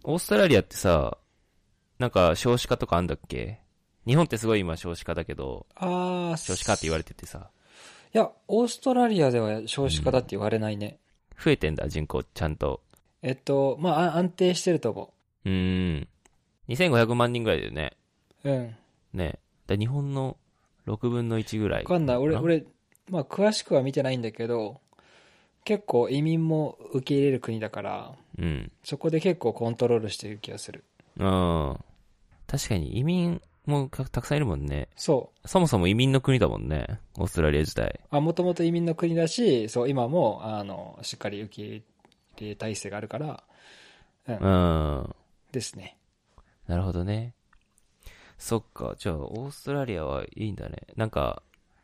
オーストラリアってさ、なんか少子化とかあんだっけ？日本ってすごい今少子化だけど、少子化って言われててさ。 いや、オーストラリアでは少子化だって言われないね。 増えてんだ、人口、ちゃんと。 まあ、安定してると思 2500万人ぐらいだよね。 う。うん。 ね。日本の6分の1ぐらい。 わかんない。俺、まあ、詳しくは見てないんだけど、結構移民も受け入れる国だから、 うん。 そこで結構コントロールしてる気がする。 うん。確かに移民もたくさんいるもんね。 そう。 そもそも移民の国だもんね。オーストラリア自体。 もともと移民の国だし、そう、今も、しっかり受け入れ体制があるから、 うん。 ですね。 なるほどね。そっか。じゃあ、オーストラリアはいいんだね。なんか、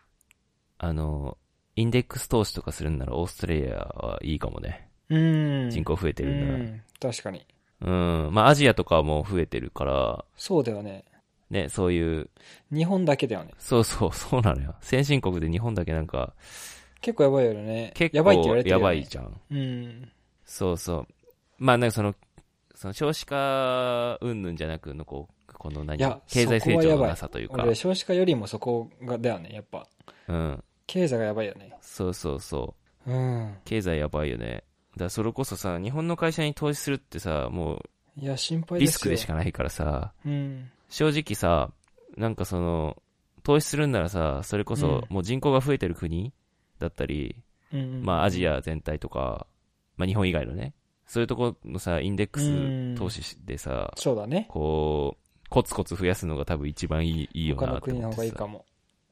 インデックス投資とかするんならオーストラリアはいいかもね。人口増えてるんだら。確かに。 まあ、アジアとかも増えてるから。 そうだよね。 ね、そういう。 日本だけだよね。 そうなのよ。先進国で日本だけなんか。 結構やばいよね。 結構やばいって言われてるよね。 やばいじゃん。そう。まあ、なんかその少子化云々じゃなくの、この経済成長のなさというか。 俺、少子化よりもそこだよね、やっぱ。経済がやばいよね。 そう。経済やばいよね。だからそれこそさ、日本の会社に投資するってさ、もう、 いや、心配ですよ。 リスクでしかないからさ、正直さ、なんか投資するんならさ、それこそもう人口が増えてる国だったり、まあアジア全体とか、まあ日本以外のね、そういうところのさ、インデックス投資でさ、 そうだね。 こう、コツコツ増やすのが多分一番いいよなって思ってさ。 他の国の方がいいかも。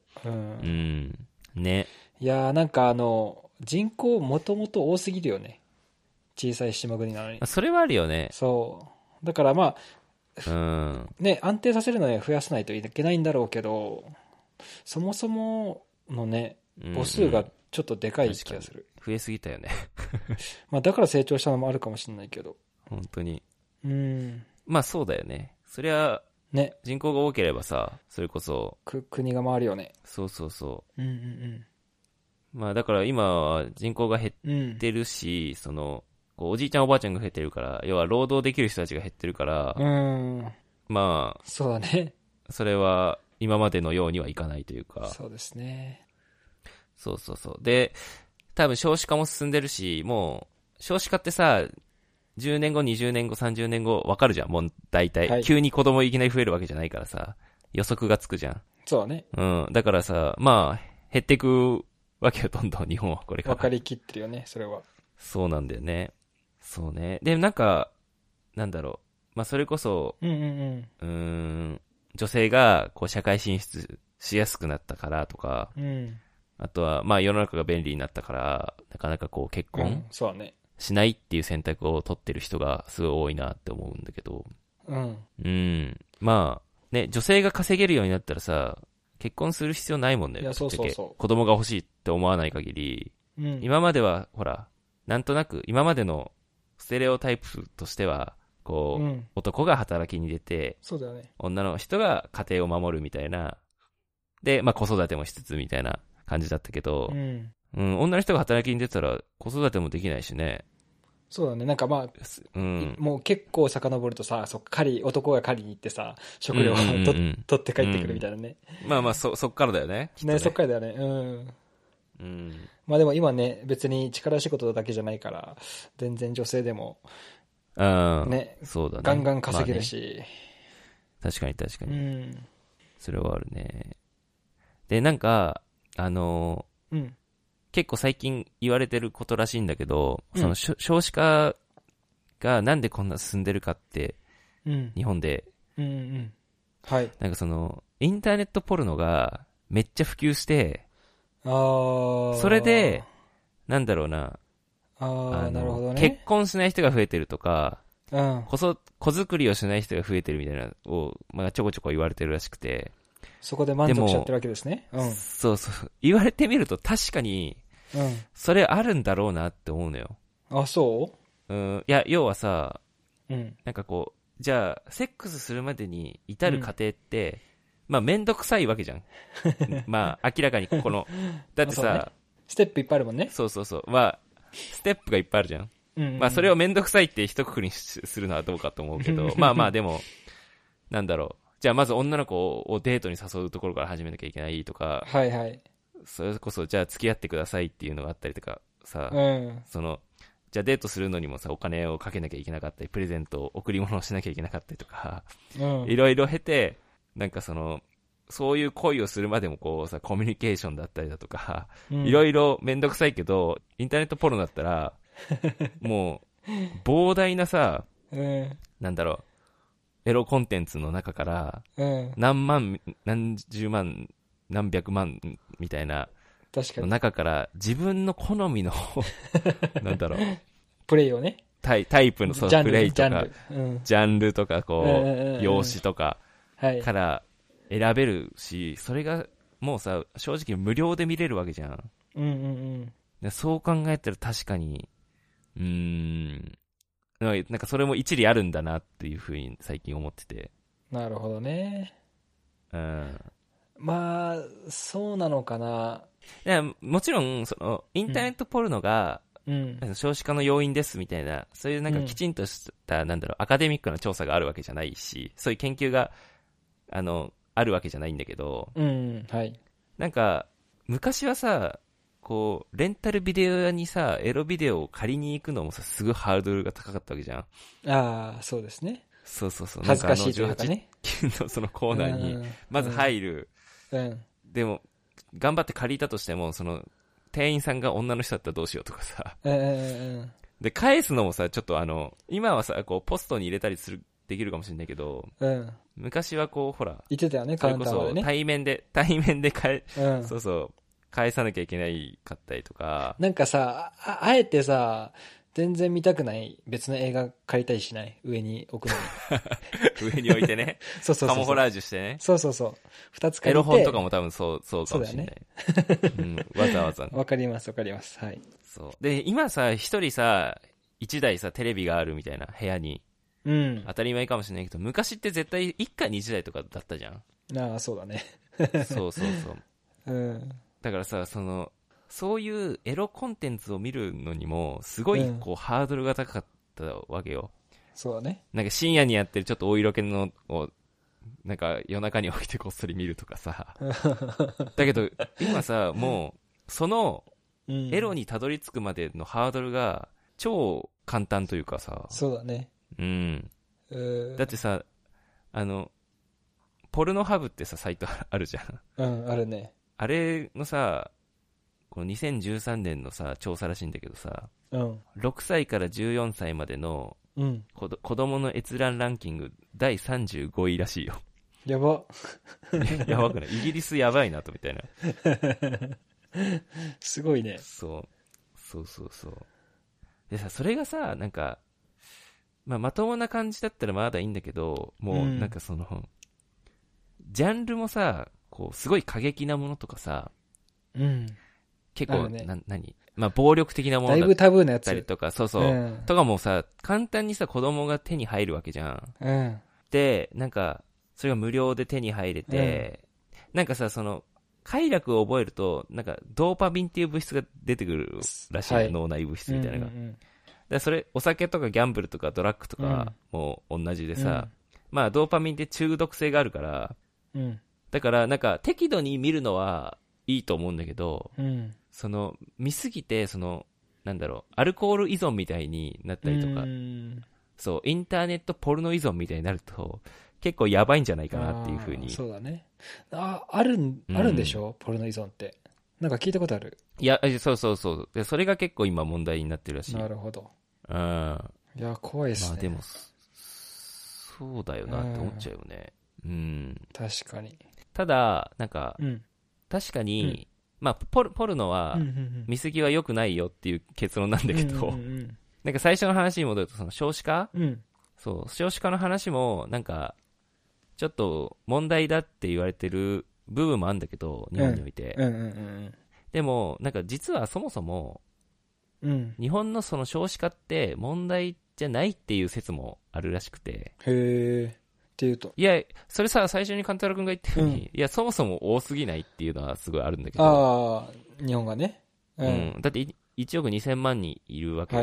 ね。 いやー、なんか人口もともと多すぎるよね。小さい島国なのに。 それはあるよね。 そう。だからまあ、ね、安定させるのには増やさないといけないんだろうけど、そもそものね、母数がちょっとでかい気がする。 増えすぎたよね。 まあだから成長したのもあるかもしれないけど。 本当に。まあそうだよね。そりゃ、 ね。 人口が多ければさ、それこそ。 国が回るよね。 そう。まあだから今は人口が減ってるし、おじいちゃんおばあちゃんが増えてるから、要は労働できる人たちが減ってるから、まあ、 そうだね。 それは今までのようにはいかないというか。 そうですね。 そう。で、多分少子化も進んでるし、もう、少子化ってさ、10年後、20年後、30年後、わかるじゃん、もう大体、はい。急に子供いきなり増えるわけじゃないからさ、予測がつくじゃん。 そうだね。 だからさ、まあ、減ってくわけよ、どんどん日本はこれから。 わかりきってるよね、それは。 そうなんだよね。そうね。で、なんか、なんだろう。まあ、それこそ、女性が、社会進出しやすくなったからとか、あとは、まあ、世の中が便利になったから、なかなか結婚、 そうね。 しないっていう選択を取ってる人がすごい多いなって思うんだけど。まあ、ね、女性が稼げるようになったらさ、結婚する必要ないもんね。 いや、そう。 子供が欲しいって思わない限り、今までは、ほら、なんとなく、今までのステレオタイプとしては、男が働きに出て、 そうだよね。 女の人が家庭を守るみたいな、で、まあ子育てもしつつみたいな感じだったけど、女の人が働きに出たら子育てもできないしね。 そうだね。なんかまあ、もう結構遡るとさ、男が狩りに行ってさ、食料を取って帰ってくるみたいなね。 まあまあ、そっからだよね。 ね、そっからだよね。まあでも今ね、別に力仕事だけじゃないから、全然女性でも、ね、 そうだね。 ガンガン稼げるし。 まあね、確かに。それはあるね。で、なんか、結構最近言われてることらしいんだけど、少子化がなんでこんな進んでるかって、日本で、 はい。 なんかインターネットポルノがめっちゃ普及して、それで、なんだろうな、 なるほどね。 結婚しない人が増えてるとか、子作りをしない人が増えてるみたいなのを、まあ、ちょこちょこ言われてるらしくて。 そこで満足しちゃってるわけですね。 そう。言われてみると確かに、それあるんだろうなって思うのよ。 あ、そう？ いや、要はさ、なんかじゃあ、セックスするまでに至る過程って、まあ、めんどくさいわけじゃん。まあ、明らかにだってさ、 ステップいっぱいあるもんね。 そう。まあ、ステップがいっぱいあるじゃん。 まあそれをめんどくさいって一括りにするのはどうかと思うけど、まあまあでも、なんだろう。じゃあまず女の子をデートに誘うところから始めなきゃいけないとか、 はいはい。 それこそじゃあ付き合ってくださいっていうのがあったりとかさ、 うん。 じゃあデートするのにもさ、お金をかけなきゃいけなかったり、プレゼント、贈り物をしなきゃいけなかったりとか、いろいろ経て、なんかそういう恋をするまでもこうさ、コミュニケーションだったりだとか、いろいろめんどくさいけど、インターネットポロだったら、もう、膨大なさ、なんだろう、エロコンテンツの中から、何万、何十万、何百万みたいな、の中から自分の好みの、なんだろう、 プレイをね。 タイプのプレイとか、ジャンルとか、こう、用紙とかから選べるし、それがもうさ、正直無料で見れるわけじゃん。そう考えたら確かに、なんかそれも一理あるんだなっていうふうに最近思ってて。 なるほどね。まあ、そうなのかな。 いやもちろん、インターネットポルノが、少子化の要因ですみたいな、そういうなんかきちんとした、なんだろう、アカデミックな調査があるわけじゃないし、そういう研究が、あるわけじゃないんだけど、 はい。 なんか、昔はさ、こう、レンタルビデオ屋にさ、エロビデオを借りに行くのもさ、すごいハードルが高かったわけじゃん。 ああ、そうですね。 そうそうそう。 恥ずかしいというかね。 のそのコーナーに、まず入る。でも、頑張って借りたとしても、店員さんが女の人だったらどうしようとかさ。で、返すのもさ、ちょっと今はさ、こう、ポストに入れたりできるかもしれないけど、昔はこう、ほら。 言ってたよね、カウンターまでね。 対面でそうそう、返さなきゃいけないかったりとか。 なんかさ、あえてさ、全然見たくない別の映画借りたりしない？上に置くのに。上に置いてね。 そうそうそう。 カモフラージュしてね。 そうそうそう。二つ借りて。 エロ本とかも多分そうかもしれない。わざわざ、ね。 わかりますわかります。はい。 そう。で、今さ、一人さ、一台さ、テレビがあるみたいな部屋に。当たり前かもしれないけど、昔って絶対一家に一台とかだったじゃん。 ああ、そうだね。 そうそうそう。だからさ、そういうエロコンテンツを見るのにも、すごいこう、ハードルが高かったわけよ。 そうだね。 なんか深夜にやってるちょっとお色気のを、なんか夜中に起きてこっそり見るとかさ。だけど、今さ、もう、エロにたどり着くまでのハードルが、超簡単というかさ。 そうだね。だってさ、ポルノハブってさ、サイトあるじゃん。あるね。 あれのさ、この2013年のさ、調査らしいんだけどさ、6歳から14歳までの、子供の閲覧ランキング第35位らしいよ。 やば。 やばくない？イギリスやばいなとみたいな。 すごいね。 そう。でさ、それがさ、なんか、まともな感じだったらまだいいんだけど、もうなんかジャンルもさ、こう、すごい過激なものとかさ、結構、暴力的なものだったりとか、そうそう、とかもさ、簡単にさ、子供が手に入るわけじゃん。で、なんか、それが無料で手に入れて、なんかさ、快楽を覚えると、なんか、ドーパミンっていう物質が出てくるらしい、脳内物質みたいなのが。でそれ、お酒とかギャンブルとかドラッグとかも同じでさ、ドーパミンって中毒性があるから、だから、なんか、適度に見るのはいいと思うんだけど、見すぎて、なんだろう、アルコール依存みたいになったりとか、そう、インターネットポルノ依存みたいになると、結構やばいんじゃないかなっていう風に。 そうだね。あるんでしょ、ポルノ依存って。なんか聞いたことある。 いや、そうで。それが結構今問題になってるらしい。 なるほど。いや、怖いっすね。 でも、そうだよなって思っちゃうよね。 確かに。 ただ、なんか、確かに、ポルノは、見過ぎは良くないよっていう結論なんだけど、なんか最初の話に戻ると、少子化、そう、少子化の話も、なんか、ちょっと問題だって言われてる部分もあるんだけど、日本において。でも、なんか実はそもそも、日本のその少子化って問題じゃないっていう説もあるらしくて。 っていうと。 いや、それさ、最初にカンタロウ君が言ったように、いや、そもそも多すぎないっていうのはすごいあるんだけど。 日本がね。 だって1億2000万人いるわけよ。だ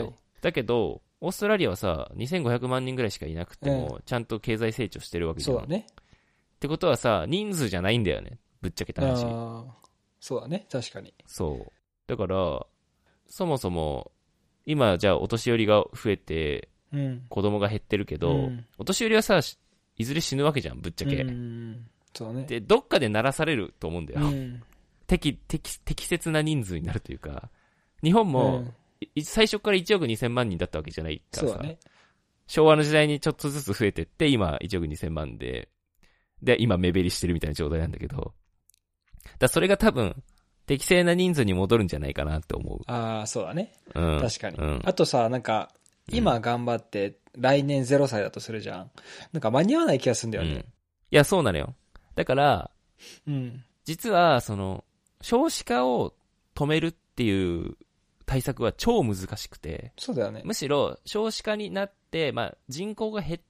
だけど、オーストラリアはさ、2500万人ぐらいしかいなくても、ちゃんと経済成長してるわけじゃん。 そうだね。 ってことはさ、人数じゃないんだよね。ぶっちゃけた話。 そうだね。確かに。 そう。だから、そもそも、今じゃあお年寄りが増えて、子供が減ってるけど、お年寄りはさ、いずれ死ぬわけじゃん、ぶっちゃけ。 そうね。 で、どっかで鳴らされると思うんだよ。適切な人数になるというか、日本も、最初から1億2000万人だったわけじゃないからさ、そうだね、昭和の時代にちょっとずつ増えてって、今1億2000万で、今目減りしてるみたいな状態なんだけど、それが多分、適正な人数に戻るんじゃないかなって思う。 ああ、そうだね。確かに。あとさ、なんか、今頑張って、来年0歳だとするじゃん。なんか間に合わない気がするんだよね。 いや、そうなのよ。だから、実は、少子化を止めるっていう対策は超難しくて。 そうだよね。 むしろ、少子化になって、人口が減って、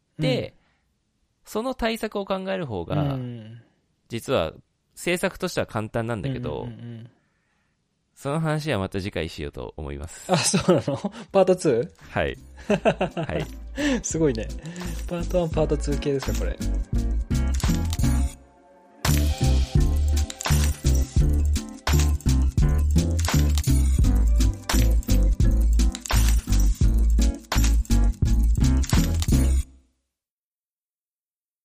その対策を考える方が、実は、政策としては簡単なんだけど、その話はまた次回しようと思います。 あ、そうなの？パート 2？ はい。はい。 すごいね。パート1、パート2系ですか、これ。